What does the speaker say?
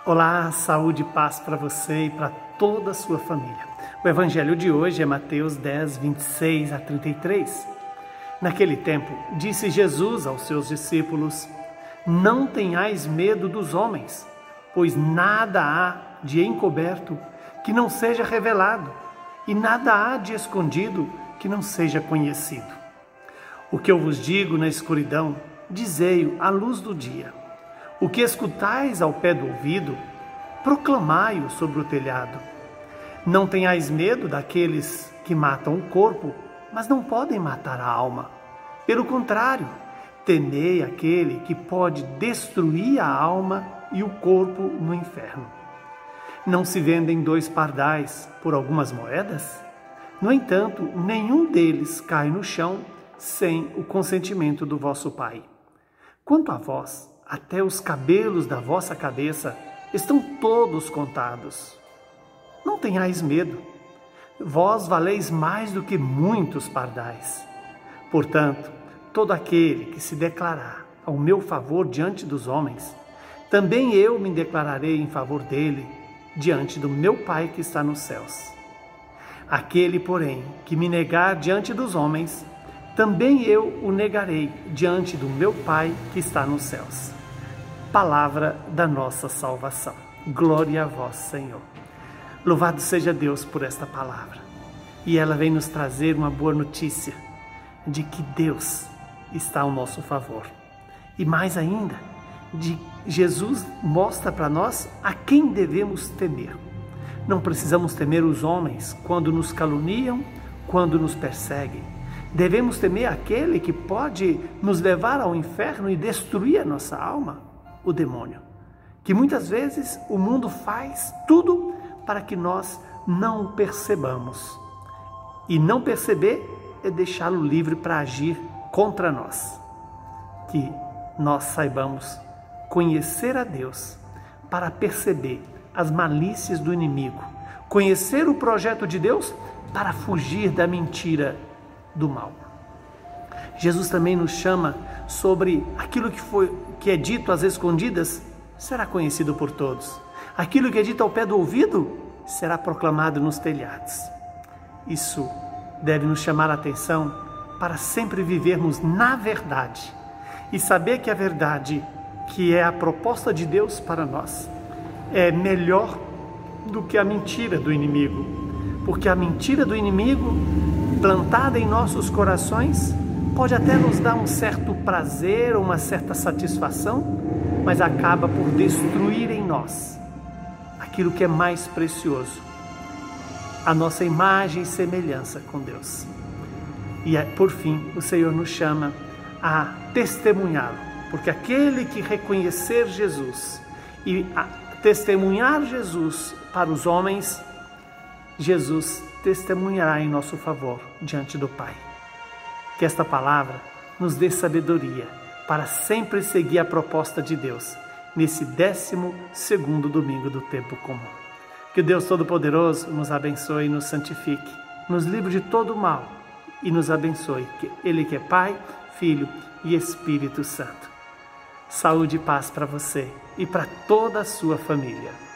Olá, saúde e paz para você e para toda a sua família. O evangelho de hoje é Mateus 10, 26 a 33. Naquele tempo, disse Jesus aos seus discípulos: Não tenhais medo dos homens, pois nada há de encoberto que não seja revelado, e nada há de escondido que não seja conhecido. O que eu vos digo na escuridão, dizei-o à luz do dia. O que escutais ao pé do ouvido, proclamai-o sobre o telhado. Não tenhais medo daqueles que matam o corpo, mas não podem matar a alma. Pelo contrário, temei aquele que pode destruir a alma e o corpo no inferno. Não se vendem 2 pardais por algumas moedas? No entanto, nenhum deles cai no chão sem o consentimento do vosso Pai. Quanto a vós, até os cabelos da vossa cabeça estão todos contados. Não tenhais medo, vós valeis mais do que muitos pardais. Portanto, todo aquele que se declarar ao meu favor diante dos homens, também eu me declararei em favor dele diante do meu Pai que está nos céus. Aquele, porém, que me negar diante dos homens, também eu o negarei diante do meu Pai que está nos céus. Palavra da nossa salvação. Glória a vós, Senhor. Louvado seja Deus por esta palavra. E ela vem nos trazer uma boa notícia de que Deus está ao nosso favor. E mais ainda, Jesus mostra para nós a quem devemos temer. Não precisamos temer os homens quando nos caluniam, quando nos perseguem. Devemos temer aquele que pode nos levar ao inferno e destruir a nossa alma, o demônio, que muitas vezes o mundo faz tudo para que nós não o percebamos. E não perceber é deixá-lo livre para agir contra nós. Que nós saibamos conhecer a Deus para perceber as malícias do inimigo, conhecer o projeto de Deus para fugir da mentira do mal. Jesus também nos chama sobre aquilo que é dito às escondidas, será conhecido por todos. Aquilo que é dito ao pé do ouvido, será proclamado nos telhados. Isso deve nos chamar a atenção para sempre vivermos na verdade e saber que a verdade, que é a proposta de Deus para nós, é melhor do que a mentira do inimigo, porque a mentira do inimigo, plantada em nossos corações, pode até nos dar um certo prazer, uma certa satisfação, mas acaba por destruir em nós aquilo que é mais precioso, a nossa imagem e semelhança com Deus. E por fim, o Senhor nos chama a testemunhá-lo, porque aquele que reconhecer Jesus e testemunhar Jesus para os homens, Jesus testemunhará em nosso favor diante do Pai. Que esta palavra nos dê sabedoria para sempre seguir a proposta de Deus nesse 12º domingo do tempo comum. Que Deus Todo-Poderoso nos abençoe e nos santifique, nos livre de todo o mal e nos abençoe. Ele que é Pai, Filho e Espírito Santo. Saúde e paz para você e para toda a sua família.